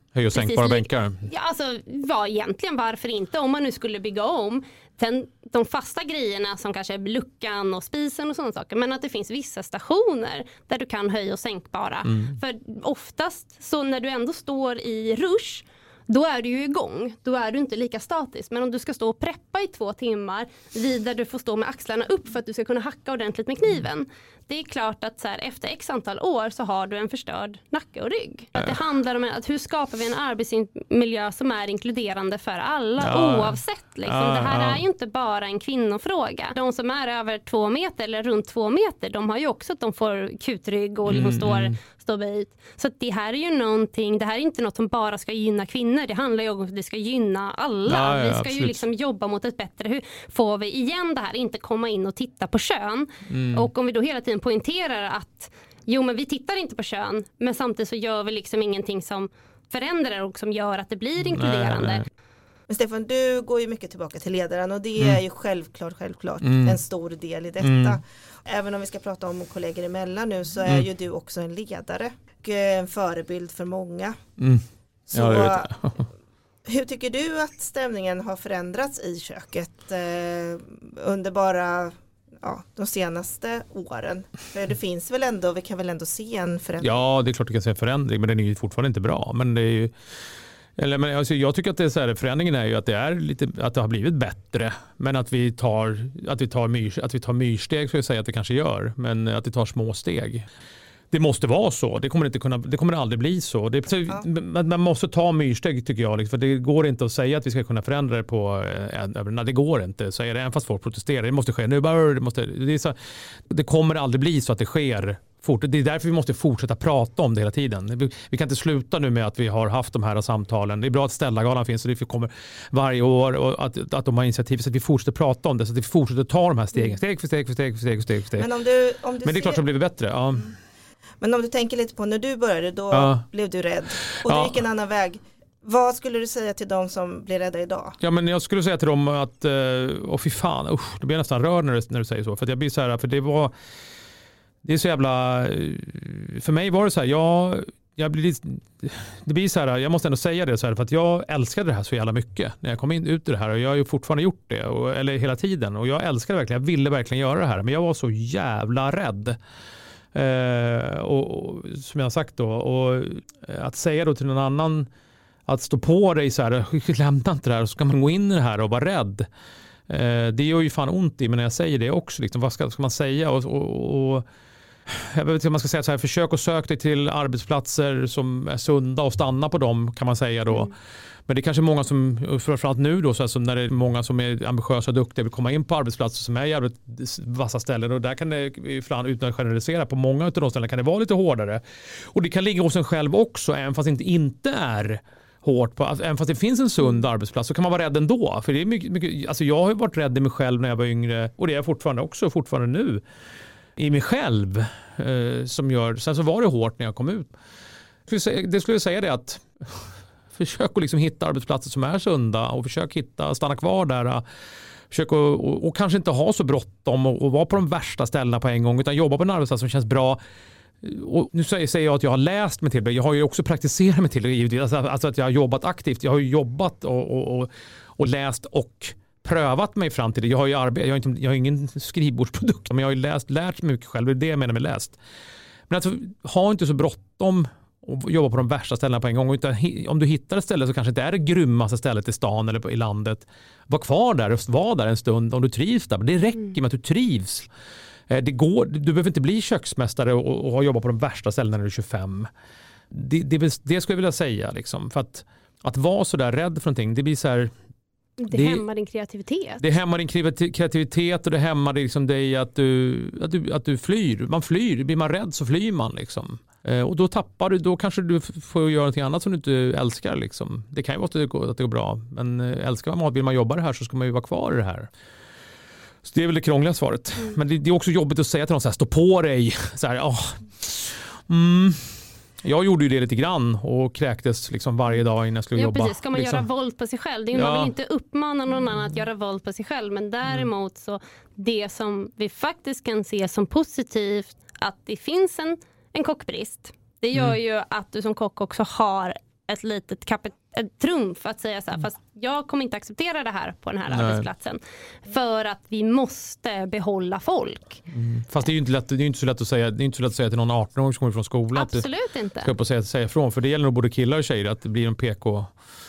Speaker 4: Höj och sänkbara bänkar.
Speaker 3: Ja, alltså var egentligen varför inte om man nu skulle bygga om den, de fasta grejerna som kanske är luckan och spisen och sådana saker, men att det finns vissa stationer där du kan höja och sänkbara. Mm. För oftast så när du ändå står i rush, då är du ju igång. Då är du inte lika statisk. Men om du ska stå och preppa i två timmar vidare du får stå med axlarna upp för att du ska kunna hacka ordentligt med kniven. Det är klart att så här, efter x antal år så har du en förstörd nacke och rygg. Att det handlar om att hur skapar vi en arbetsmiljö som är inkluderande för alla ja. oavsett. Liksom. Ja, det här ja. är ju inte bara en kvinnofråga. De som är över två meter eller runt två meter, de har ju också att de får kutrygg och liksom mm. står stå bit. Så att det här är ju någonting, det här är inte något som bara ska gynna kvinnor. Det handlar ju om att det ska gynna alla. Ja, ja, vi ska absolut. ju liksom jobba mot ett bättre. Hur får vi igen det här? Inte komma in och titta på kön. Mm. Och om vi då hela tiden poängterar att jo men vi tittar inte på kön, men samtidigt så gör vi liksom ingenting som förändrar och som gör att det blir inkluderande. Nej, nej.
Speaker 5: Men Stefan, du går ju mycket tillbaka till ledaren och det mm. är ju självklart, självklart mm. en stor del i detta. Mm. Även om vi ska prata om kollegor emellan nu så är mm. ju du också en ledare och en förebild för många. Mm. Så ja, hur tycker du att stämningen har förändrats i köket eh, under bara ja, de senaste åren? För det finns väl ändå, vi kan väl ändå se en förändring? Ja,
Speaker 4: det är klart att vi kan se en förändring, men den är ju fortfarande inte bra. Men det är ju Eller, men alltså, jag tycker att det är så här, förändringen är ju att det är lite att det har blivit bättre, men att vi tar att vi tar myr, att vi tar myrsteg, ska jag säga att det kanske gör, men att det tar små steg. Det måste vara så. Det kommer inte kunna, det kommer aldrig bli så. Det, så ja. Man måste ta myrsteg tycker jag, för det går inte att säga att vi ska kunna förändra det på nej, det går inte. Så är det, även fast folk protesterar, det måste ske nu, det måste det, är så, det kommer aldrig bli så att det sker fort. Det är därför vi måste fortsätta prata om det hela tiden. Vi, vi kan inte sluta nu med att vi har haft de här samtalen. Det är bra att Stellagalan finns och det kommer varje år och att, att de har initiativ så att vi fortsätter prata om det, så att vi fortsätter ta de här stegen. Steg för steg för steg för steg för steg. För steg.
Speaker 5: Men, om du, om du
Speaker 4: Men det är
Speaker 5: ser...
Speaker 4: klart att det blir bättre. Ja. Mm.
Speaker 5: Men om du tänker lite på när du började, då ja. blev du rädd och du ja. gick en annan väg. Vad skulle du säga till de som blir rädda idag?
Speaker 4: Ja, men jag skulle säga till dem att, åh fy fan, usch, det blir nästan rörd när du, när du säger så. För att jag blir så här, för det var, det är så jävla, för mig var det så här, jag, jag blir, det blir så här, jag måste ändå säga det så här, för att jag älskade det här så jävla mycket när jag kom in ut i det här och jag har ju fortfarande gjort det, och, eller hela tiden, och jag älskade det verkligen, jag ville verkligen göra det här, men jag var så jävla rädd. Eh, och, och som jag har sagt då, och att säga då till någon annan att stå på dig så här, lämna inte det här, och så ska man gå in i det här och vara rädd. Eh, det gör ju fan ont i, men när jag säger det också liksom, vad ska, ska man säga? Och, och, och jag vet inte om man ska säga så här, försök att söka dig till arbetsplatser som är sunda och stanna på dem, kan man säga då. Mm. Men det är kanske många som, framförallt nu då, så alltså när det är många som är ambitiösa och duktiga vill komma in på arbetsplatser som är jävligt vassa ställen, och där kan det, utan att generalisera, på många av de ställen kan det vara lite hårdare. Och det kan ligga hos en själv också, även fast det inte, inte är hårt på, alltså, även fast det finns en sund arbetsplats så kan man vara rädd ändå. För det är mycket, mycket, alltså jag har ju varit rädd i mig själv när jag var yngre, och det är jag fortfarande också, fortfarande nu i mig själv, eh, som gör, sen så var det hårt när jag kom ut. Det skulle jag säga det att försök att liksom hitta arbetsplatser som är sunda, och försök hitta, stanna kvar där. Försök att, och, och kanske inte ha så bråttom och, och vara på de värsta ställena på en gång, utan jobba på en arbetsplats som känns bra. Och nu säger jag att jag har läst mig till det. Jag har ju också praktiserat mig till det. Alltså, alltså att jag har jobbat aktivt. Jag har ju jobbat och, och, och, och läst och prövat mig fram till det. Jag har ju arbet, jag har, inte, jag har ingen skrivbordsprodukt, men jag har ju läst, lärt mig mycket själv. Det är det jag menar med läst. Men alltså, ha inte så bråttom och jobba på de värsta ställena på en gång. Utan om du hittar ett ställe så kanske inte är det grymmaste stället i stan eller på, i landet. Var kvar där och var där en stund om du trivs där. Det räcker med att du trivs. Det går, du behöver inte bli köksmästare och, och ha jobbat på de värsta ställena när du är tjugofem. Det, det, det skulle jag vilja säga. Liksom. För att, att vara så där rädd för någonting, det blir så här...
Speaker 3: Det, det hämmar din kreativitet.
Speaker 4: Det hämmar din kreativitet och det hämmar liksom dig att du, att, du, att du flyr. Man flyr. Blir man rädd så flyr man. Liksom. Eh, och då tappar du, då kanske du får göra något annat som du inte älskar. Liksom. Det kan ju vara att det går, att det går bra. Men älskar man, vill man jobba det här så ska man ju vara kvar i det här. Så det är väl det krångliga svaret. Mm. Men det, det är också jobbigt att säga till någon så här, stå på dig. Så här, oh. mm. Jag gjorde ju det lite grann och kräktes liksom varje dag innan jag skulle
Speaker 3: ja,
Speaker 4: jobba.
Speaker 3: Precis. Ska man
Speaker 4: liksom.
Speaker 3: göra våld på sig själv? Det är, ja. Man vill inte uppmana någon annan att göra våld på sig själv. Men däremot så det som vi faktiskt kan se som positivt, att det finns en, en kockbrist. Det gör mm. ju att du som kock också har ett litet kapit- ett trumf att säga så här, fast jag kommer inte acceptera det här på den här
Speaker 4: Nej.
Speaker 3: arbetsplatsen. För att vi måste behålla folk.
Speaker 4: Mm. Fast det är ju inte, lätt, det är inte så lätt att säga, det är inte så lätt att säga till någon arton-åring som kommer från skolan.
Speaker 3: Absolut
Speaker 4: att du
Speaker 3: inte.
Speaker 4: ska upp och säga, säga ifrån. För det gäller nog både killar och tjejer att det blir en P K.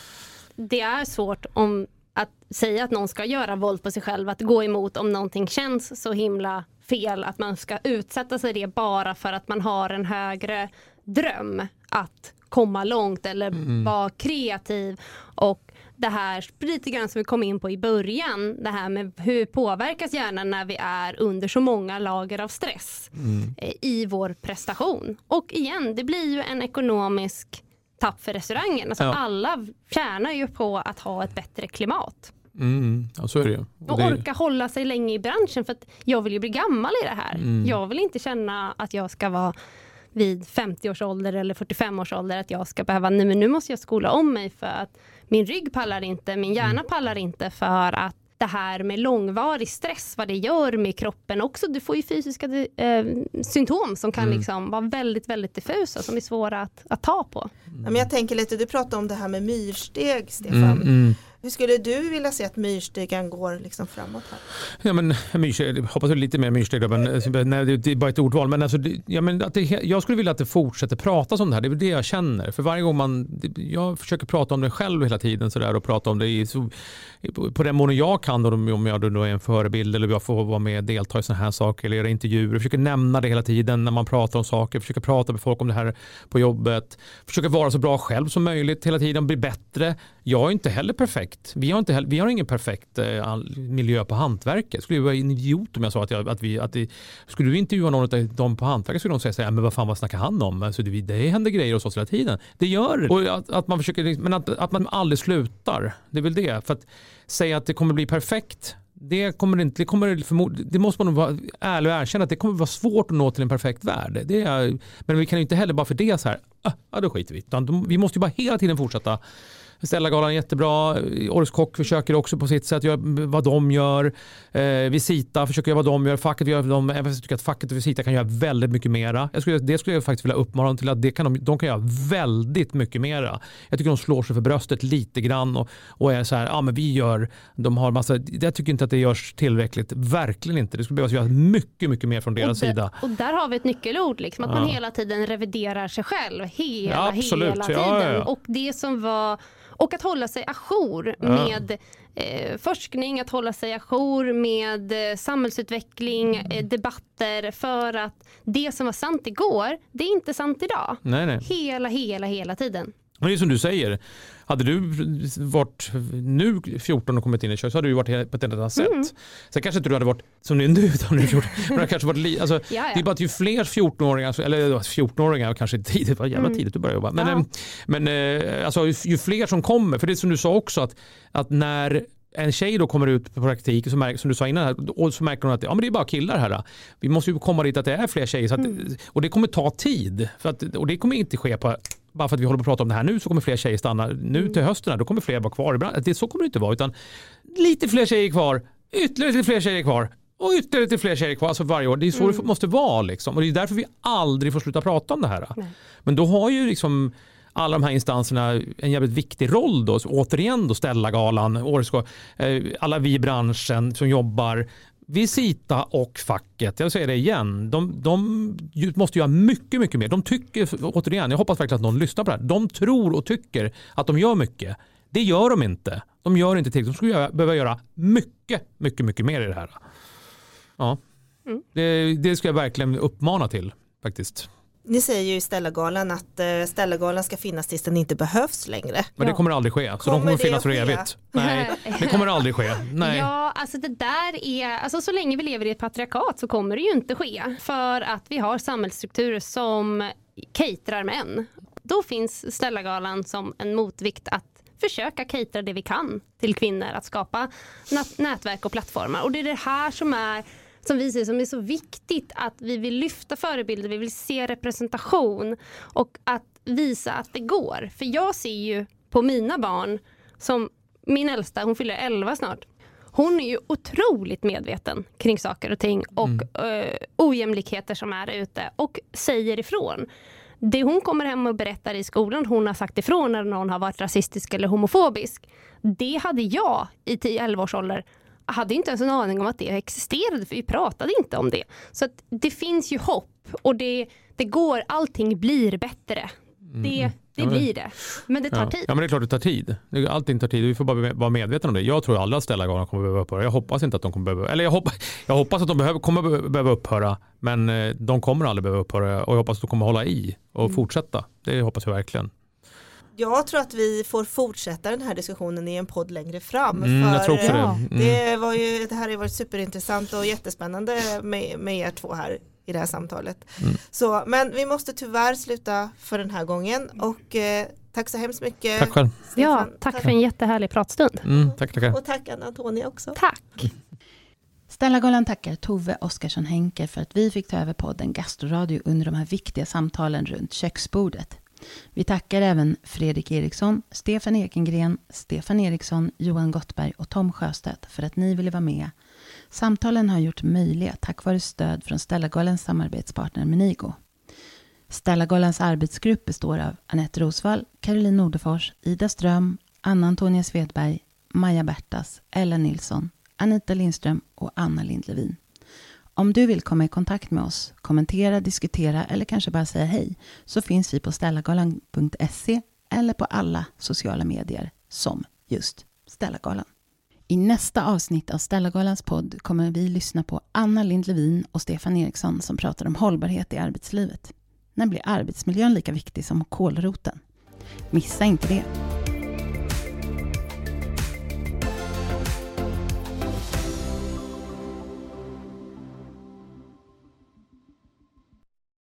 Speaker 3: Det är svårt om att säga att någon ska göra våld på sig själv, att gå emot om någonting känns så himla fel, att man ska utsätta sig det bara för att man har en högre dröm att komma långt eller mm. vara kreativ. Och det här lite grann som vi kom in på i början, det här med hur påverkas hjärnan när vi är under så många lager av stress mm. i vår prestation. Och igen, det blir ju en ekonomisk tapp för restaurangen. Alltså ja. Alla tjänar ju på att ha ett bättre klimat.
Speaker 4: Mm, ja, så är det ju.
Speaker 3: Och
Speaker 4: det...
Speaker 3: orka hålla sig länge i branschen, för att jag vill ju bli gammal i det här. Mm. Jag vill inte känna att jag ska vara vid femtio års ålder eller fyrtiofem års ålder att jag ska behöva, nej men nu måste jag skola om mig för att min rygg pallar inte, min hjärna mm. pallar inte, för att det här med långvarig stress, vad det gör med kroppen också. Du får ju fysiska eh, symptom som kan mm. liksom vara väldigt, väldigt diffusa, som är svåra att, att ta på.
Speaker 5: Mm. Men jag tänker lite, du pratade om det här med myrsteg, Stefan.
Speaker 4: Mm, mm.
Speaker 5: Hur skulle du vilja se att myrstegen går liksom framåt här?
Speaker 4: Ja, men myrsteg, jag hoppas lite mer myrsteg, men nej, det är bara ett ordval. Men alltså, ja, men att det, jag skulle vilja att det fortsätter pratas om det här. Det är det jag känner. För varje gång man, jag försöker prata om det själv hela tiden så där, och prata om det i, så, på den mån jag kan, då, om jag då är en förebild eller jag får vara med och delta i sådana här saker eller göra intervjuer. Jag försöker nämna det hela tiden när man pratar om saker. Jag försöker prata med folk om det här på jobbet. Försöker vara så bra själv som möjligt hela tiden, bli bättre. Jag är inte heller perfekt. Vi har, inte heller, vi har ingen perfekt eh, miljö på hantverket. Skulle jag vara en idiot om jag sa att, jag, att vi... Att det, skulle du intervjua någon av dem på hantverket skulle de säga så här, men vad fan, vad snackar han om? Alltså, det, det händer grejer hos oss hela tiden. Det gör det. Och att, att man försöker, men att, att man aldrig slutar. Det är väl det. För att säga att det kommer bli perfekt, det kommer inte, det kommer förmod, det måste man nog vara ärlig och erkänna att det kommer vara svårt att nå till en perfekt värld. Det är, men vi kan ju inte heller bara för det så här, ah, ja då skiter vi. Utan vi måste ju bara hela tiden fortsätta. Stellagalan är jättebra. Årets kock försöker också på sitt sätt göra vad de gör. Eh, Visita försöker göra vad de gör. Facket gör vad de, även jag tycker att facket och Visita kan göra väldigt mycket mera. Jag skulle, det skulle jag faktiskt vilja uppmana dem till, att det kan de, de kan göra väldigt mycket mera. Jag tycker de slår sig för bröstet lite grann och, och är så här, ja men vi gör, de har massa, jag tycker inte att det görs tillräckligt. Verkligen inte. Det skulle behövas göra mycket, mycket mer från deras
Speaker 3: och där,
Speaker 4: sida.
Speaker 3: Och där har vi ett nyckelord, liksom, att ja. man hela tiden reviderar sig själv. Hela,
Speaker 4: ja, absolut.
Speaker 3: hela tiden.
Speaker 4: Ja, ja, ja.
Speaker 3: Och det som var Och att hålla sig ajour med eh, forskning, att hålla sig ajour med eh, samhällsutveckling, eh, debatter, för att det som var sant igår, det är inte sant idag.
Speaker 4: Nej, nej.
Speaker 3: Hela, hela, hela tiden.
Speaker 4: Men det är som du säger, hade du varit nu fjorton och kommit in i kök så hade du varit på ett annat sätt. Mm. Sen kanske inte du hade varit som du är nu, utan du gjort, men det kanske varit li, alltså, ja, ja. Det är bara att ju fler fjorton-åringar, eller fjorton-åringar kanske tidigt, var jävla tidigt att börja jobba. Men, ja. men alltså, ju fler som kommer, för det är som du sa också, att, att när en tjej då kommer ut på praktik, så märker, som du sa innan här, och så märker hon att ja, men det är bara killar här. Då. Vi måste ju komma dit att det är fler tjejer. Så att, mm. Och det kommer ta tid. För att, och det kommer inte ske på, bara för att vi håller på att prata om det här nu så kommer fler tjejer stanna. Nu till hösten, då kommer fler vara kvar. Det, så kommer det inte vara, utan lite fler tjejer kvar, ytterligare lite fler tjejer kvar. Och ytterligare lite fler tjejer kvar, alltså varje år. Det är så mm. det måste vara. Liksom. Och det är därför vi aldrig får sluta prata om det här. Nej. Men då har ju liksom alla de här instanserna en jävligt viktig roll då. Så återigen då Stellagalan, Årets, alla vi i branschen som jobbar, Visita och facket. Jag säger det igen. De, de måste göra mycket, mycket mer. De tycker, återigen, jag hoppas verkligen att någon lyssnar på det här. De tror och tycker att de gör mycket. Det gör de inte. De gör inte till. De skulle göra, behöva göra mycket, mycket, mycket mer i det här. Ja. Mm. Det, det ska jag verkligen uppmana till faktiskt.
Speaker 5: Ni säger ju i Stellagalan att uh, Stellagalan ska finnas tills den inte behövs längre.
Speaker 4: Men det kommer aldrig ske. Så kommer de kommer finnas för evigt. Nej, det kommer aldrig ske. Nej.
Speaker 3: Ja, alltså det där är, alltså så länge vi lever i ett patriarkat så kommer det ju inte ske. För att vi har samhällsstrukturer som caterar män. Då finns Stellagalan som en motvikt att försöka catera det vi kan till kvinnor, att skapa nät- nätverk och plattformar. Och det är det här som är som vi ser som är så viktigt, att vi vill lyfta förebilder, vi vill se representation och att visa att det går. För jag ser ju på mina barn, som min äldsta, hon fyller elva snart. Hon är ju otroligt medveten kring saker och ting och mm. uh, ojämlikheter som är ute och säger ifrån. Det hon kommer hem och berättar i skolan, hon har sagt ifrån när någon har varit rasistisk eller homofobisk. Det hade jag i tio elva års ålder. Jag hade inte ens en aning om att det existerade, för vi pratade inte om det. Så att det finns ju hopp och det, det går, allting blir bättre. Det, det ja, men, blir det. Men det tar
Speaker 4: ja.
Speaker 3: tid.
Speaker 4: Ja, men det är klart det tar tid. Allting tar tid och vi får bara vara medvetna om det. Jag tror alla Stellagalan kommer behöva upphöra. Jag hoppas inte att de kommer behöva, eller jag hoppas, jag hoppas att de behöver, kommer behöva upphöra, men de kommer aldrig behöva upphöra och jag hoppas att de kommer hålla i och mm. fortsätta. Det hoppas jag verkligen.
Speaker 5: Jag tror att vi får fortsätta den här diskussionen i en podd längre fram.
Speaker 4: Mm,
Speaker 5: för
Speaker 4: jag tror också det. Mm.
Speaker 5: Det, var ju, det här har varit superintressant och jättespännande med, med er två här i det här samtalet. Mm. Så, men vi måste tyvärr sluta för den här gången och eh, tack så hemskt mycket.
Speaker 4: Tack själv.
Speaker 3: Ja, tack, tack för en jättehärlig pratstund.
Speaker 4: Mm, tack, tackar.
Speaker 5: Och tack Anna-Antonia också.
Speaker 3: Tack.
Speaker 1: Stellagalan tackar Tove Oskarsson Henke för att vi fick ta över podden Gastroradio under de här viktiga samtalen runt köksbordet. Vi tackar även Fredrik Eriksson, Stefan Ekengren, Stefan Eriksson, Johan Gottberg och Tom Sjöstedt för att ni ville vara med. Samtalen har gjort möjliga tack vare stöd från Stellagalans samarbetspartner Menigo. Stellagalans arbetsgrupp består av Anette Rosvall, Caroline Nordefors, Ida Ström, Anna-Antonia Svedberg, Maja Bertas, Ella Nilsson, Anita Lindström och Anna Lindlevin. Om du vill komma i kontakt med oss, kommentera, diskutera eller kanske bara säga hej, så finns vi på stellagalan punkt se eller på alla sociala medier som just Stellagalan. I nästa avsnitt av Stellagalans podd kommer vi lyssna på Anna Lindlevin och Stefan Eriksson som pratar om hållbarhet i arbetslivet. När blir arbetsmiljön lika viktig som kålroten? Missa inte det!